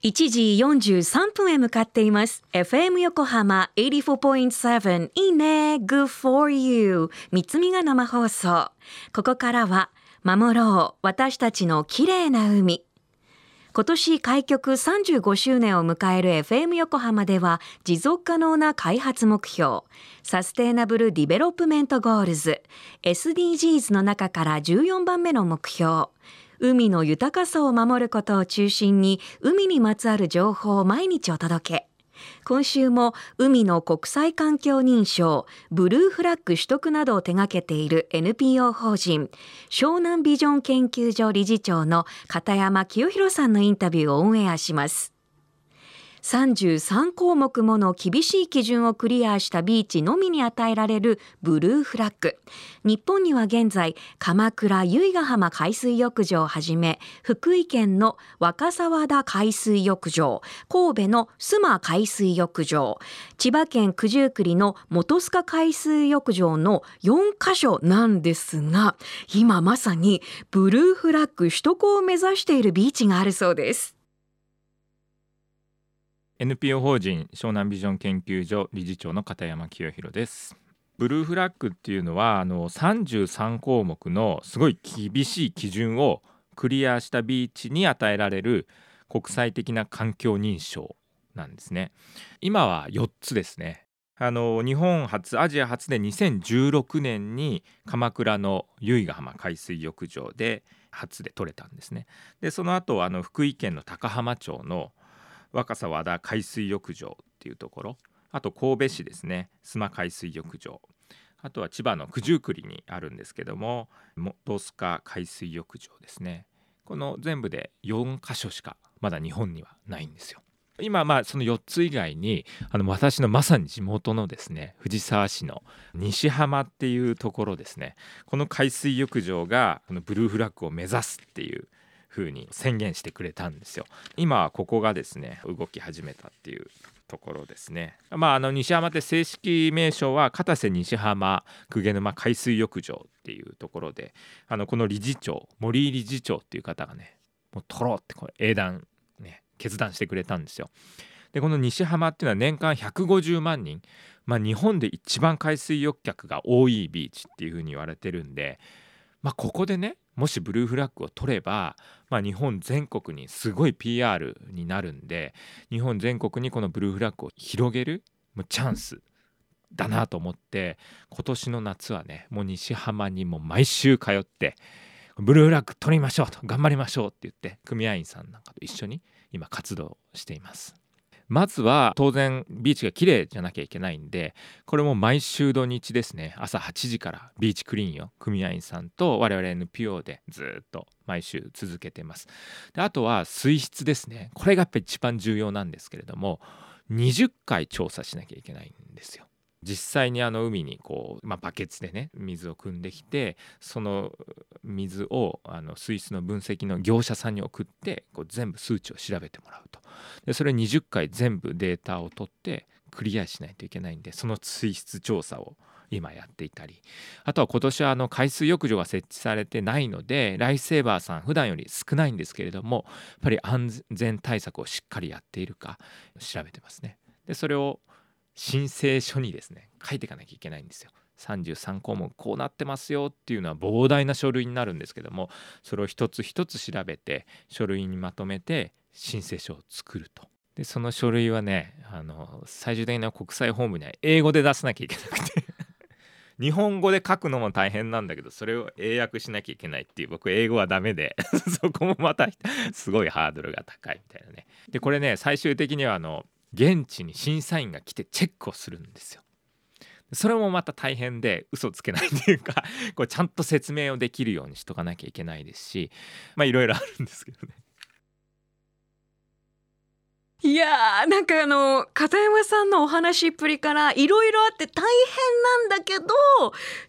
1時43分へ向かっています。 FM 横浜 84.7 いいね Good for you 三つみが生放送。ここからは守ろう私たちの綺麗な海。今年開局35周年を迎える FM 横浜では、持続可能な開発目標サステイナブルディベロップメントゴールズ SDGs の中から14番目の目標、海の豊かさを守ることを中心に海にまつわる情報を毎日お届け。今週も海の国際環境認証ブルーフラッグ取得などを手掛けている NPO 法人湘南ビジョン研究所理事長の片山清弘さんのインタビューをオンエアします。33項目もの厳しい基準をクリアしたビーチのみに与えられるブルーフラッグ。日本には現在鎌倉由比ヶ浜海水浴場をはじめ、福井県の若狭田海水浴場、神戸の須磨海水浴場、千葉県九十九里の本須賀海水浴場の4カ所なんですが、今まさにブルーフラッグ取得を目指しているビーチがあるそうです。 NPO 法人湘南ビジョン研究所理事長の片山清弘です。ブルーフラッグっていうのは33項目のすごい厳しい基準をクリアしたビーチに与えられる国際的な環境認証なんですね。今は4つですね。日本初アジア初で2016年に鎌倉の由比ヶ浜海水浴場で初で取れたんですね。でその後福井県の高浜町の若狭和田海水浴場っていうところ、あと神戸市ですね須磨海水浴場、あとは千葉の九十九里にあるんですけども本須賀海水浴場ですね。この全部で4カ所しかまだ日本にはないんですよ。今その4つ以外に私のまさに地元のですね藤沢市の西浜っていうところですね、この海水浴場がこのブルーフラッグを目指すっていう風に宣言してくれたんですよ。今はここがですね動き始めたっていうところですね。西浜って正式名称は片瀬西浜鵠沼海水浴場っていうところで、この理事長森井理事長っていう方がね、もう取ろうってこれ英断ね決断してくれたんですよ。でこの西浜っていうのは年間150万人、日本で一番海水浴客が多いビーチっていう風に言われてるんで、ここでねもしブルーフラッグを取れば、日本全国にすごい PR になるんで、日本全国にこのブルーフラッグを広げるチャンスだなと思って、今年の夏はねもう西浜にも毎週通ってブルーフラッグ取りましょうと頑張りましょうって言って組合員さんなんかと一緒に今活動しています。まずは当然ビーチが綺麗じゃなきゃいけないんで、これも毎週土日ですね朝8時からビーチクリーンを組合員さんと我々 NPO でずっと毎週続けてます。であとは水質ですね、これがやっぱり一番重要なんですけれども、20回調査しなきゃいけないんですよ。実際に海にバケツでね水を汲んできて、その水を水質の分析の業者さんに送って全部数値を調べてもらうと。でそれ20回全部データを取ってクリアしないといけないんで、その水質調査を今やっていたり、あとは今年は海水浴場が設置されてないのでライフセーバーさん普段より少ないんですけれども、やっぱり安全対策をしっかりやっているか調べてますね。でそれを申請書にですね書いていかなきゃいけないんですよ。33項目こうなってますよっていうのは膨大な書類になるんですけども、それを一つ一つ調べて書類にまとめて申請書を作ると。でその書類はね最終的な国際法務には英語で出さなきゃいけなくて日本語で書くのも大変なんだけど、それを英訳しなきゃいけないっていう、僕英語はダメでそこもまたすごいハードルが高いみたいなね。でこれね最終的には現地に審査員が来てチェックをするんですよ。それもまた大変で嘘つけないっていうかちゃんと説明をできるようにしとかなきゃいけないですし、いろいろあるんですけどね。 いやーなんか片山さんのお話っぷりからいろいろあって大変なんだけど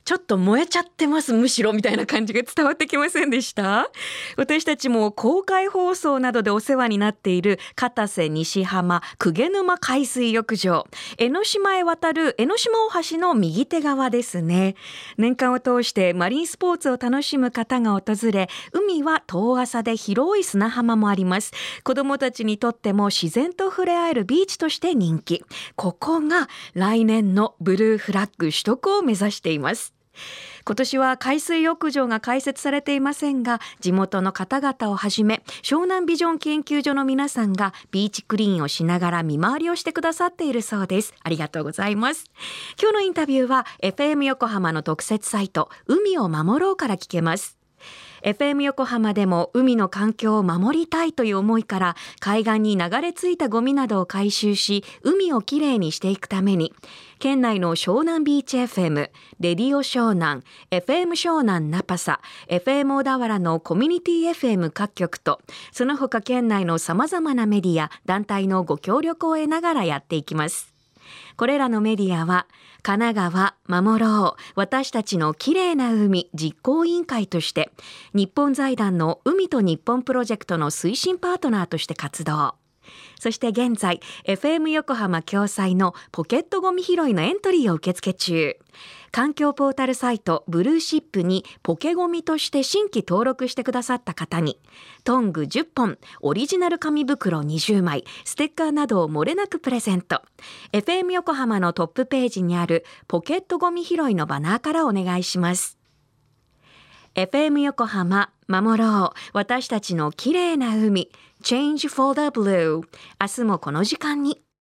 ちょっと燃えちゃってますむしろみたいな感じが伝わってきませんでした？私たちも公開放送などでお世話になっている片瀬西浜鵠沼海水浴場、江ノ島へ渡る江ノ島大橋の右手側ですね。年間を通してマリンスポーツを楽しむ方が訪れ、海は遠浅で広い砂浜もあります。子どもたちにとっても自然と触れ合えるビーチとして人気。ここが来年のブルーフラッグ取得を目指しています。今年は海水浴場が開設されていませんが、地元の方々をはじめ湘南ビジョン研究所の皆さんがビーチクリーンをしながら見回りをしてくださっているそうです。ありがとうございます。今日のインタビューは FM 横浜の特設サイト海を守ろうから聞けます。FM 横浜でも海の環境を守りたいという思いから、海岸に流れ着いたゴミなどを回収し海をきれいにしていくために、県内の湘南ビーチ FM、レディオ湘南、FM 湘南ナパサ、FM 小田原のコミュニティ FM 各局と、その他県内のさまざまなメディア団体のご協力を得ながらやっていきます。これらのメディアは神奈川守ろう私たちのきれいな海実行委員会として、日本財団の海と日本プロジェクトの推進パートナーとして活動。そして現在 FM 横浜共催のポケットゴミ拾いのエントリーを受付中。環境ポータルサイトブルーシップにポケゴミとして新規登録してくださった方に、トング10本、オリジナル紙袋20枚、ステッカーなどを漏れなくプレゼント。 FM 横浜のトップページにあるポケットゴミ拾いのバナーからお願いします。 FM 横浜守ろう私たちのきれいな海 Change for the Blue、 明日もこの時間に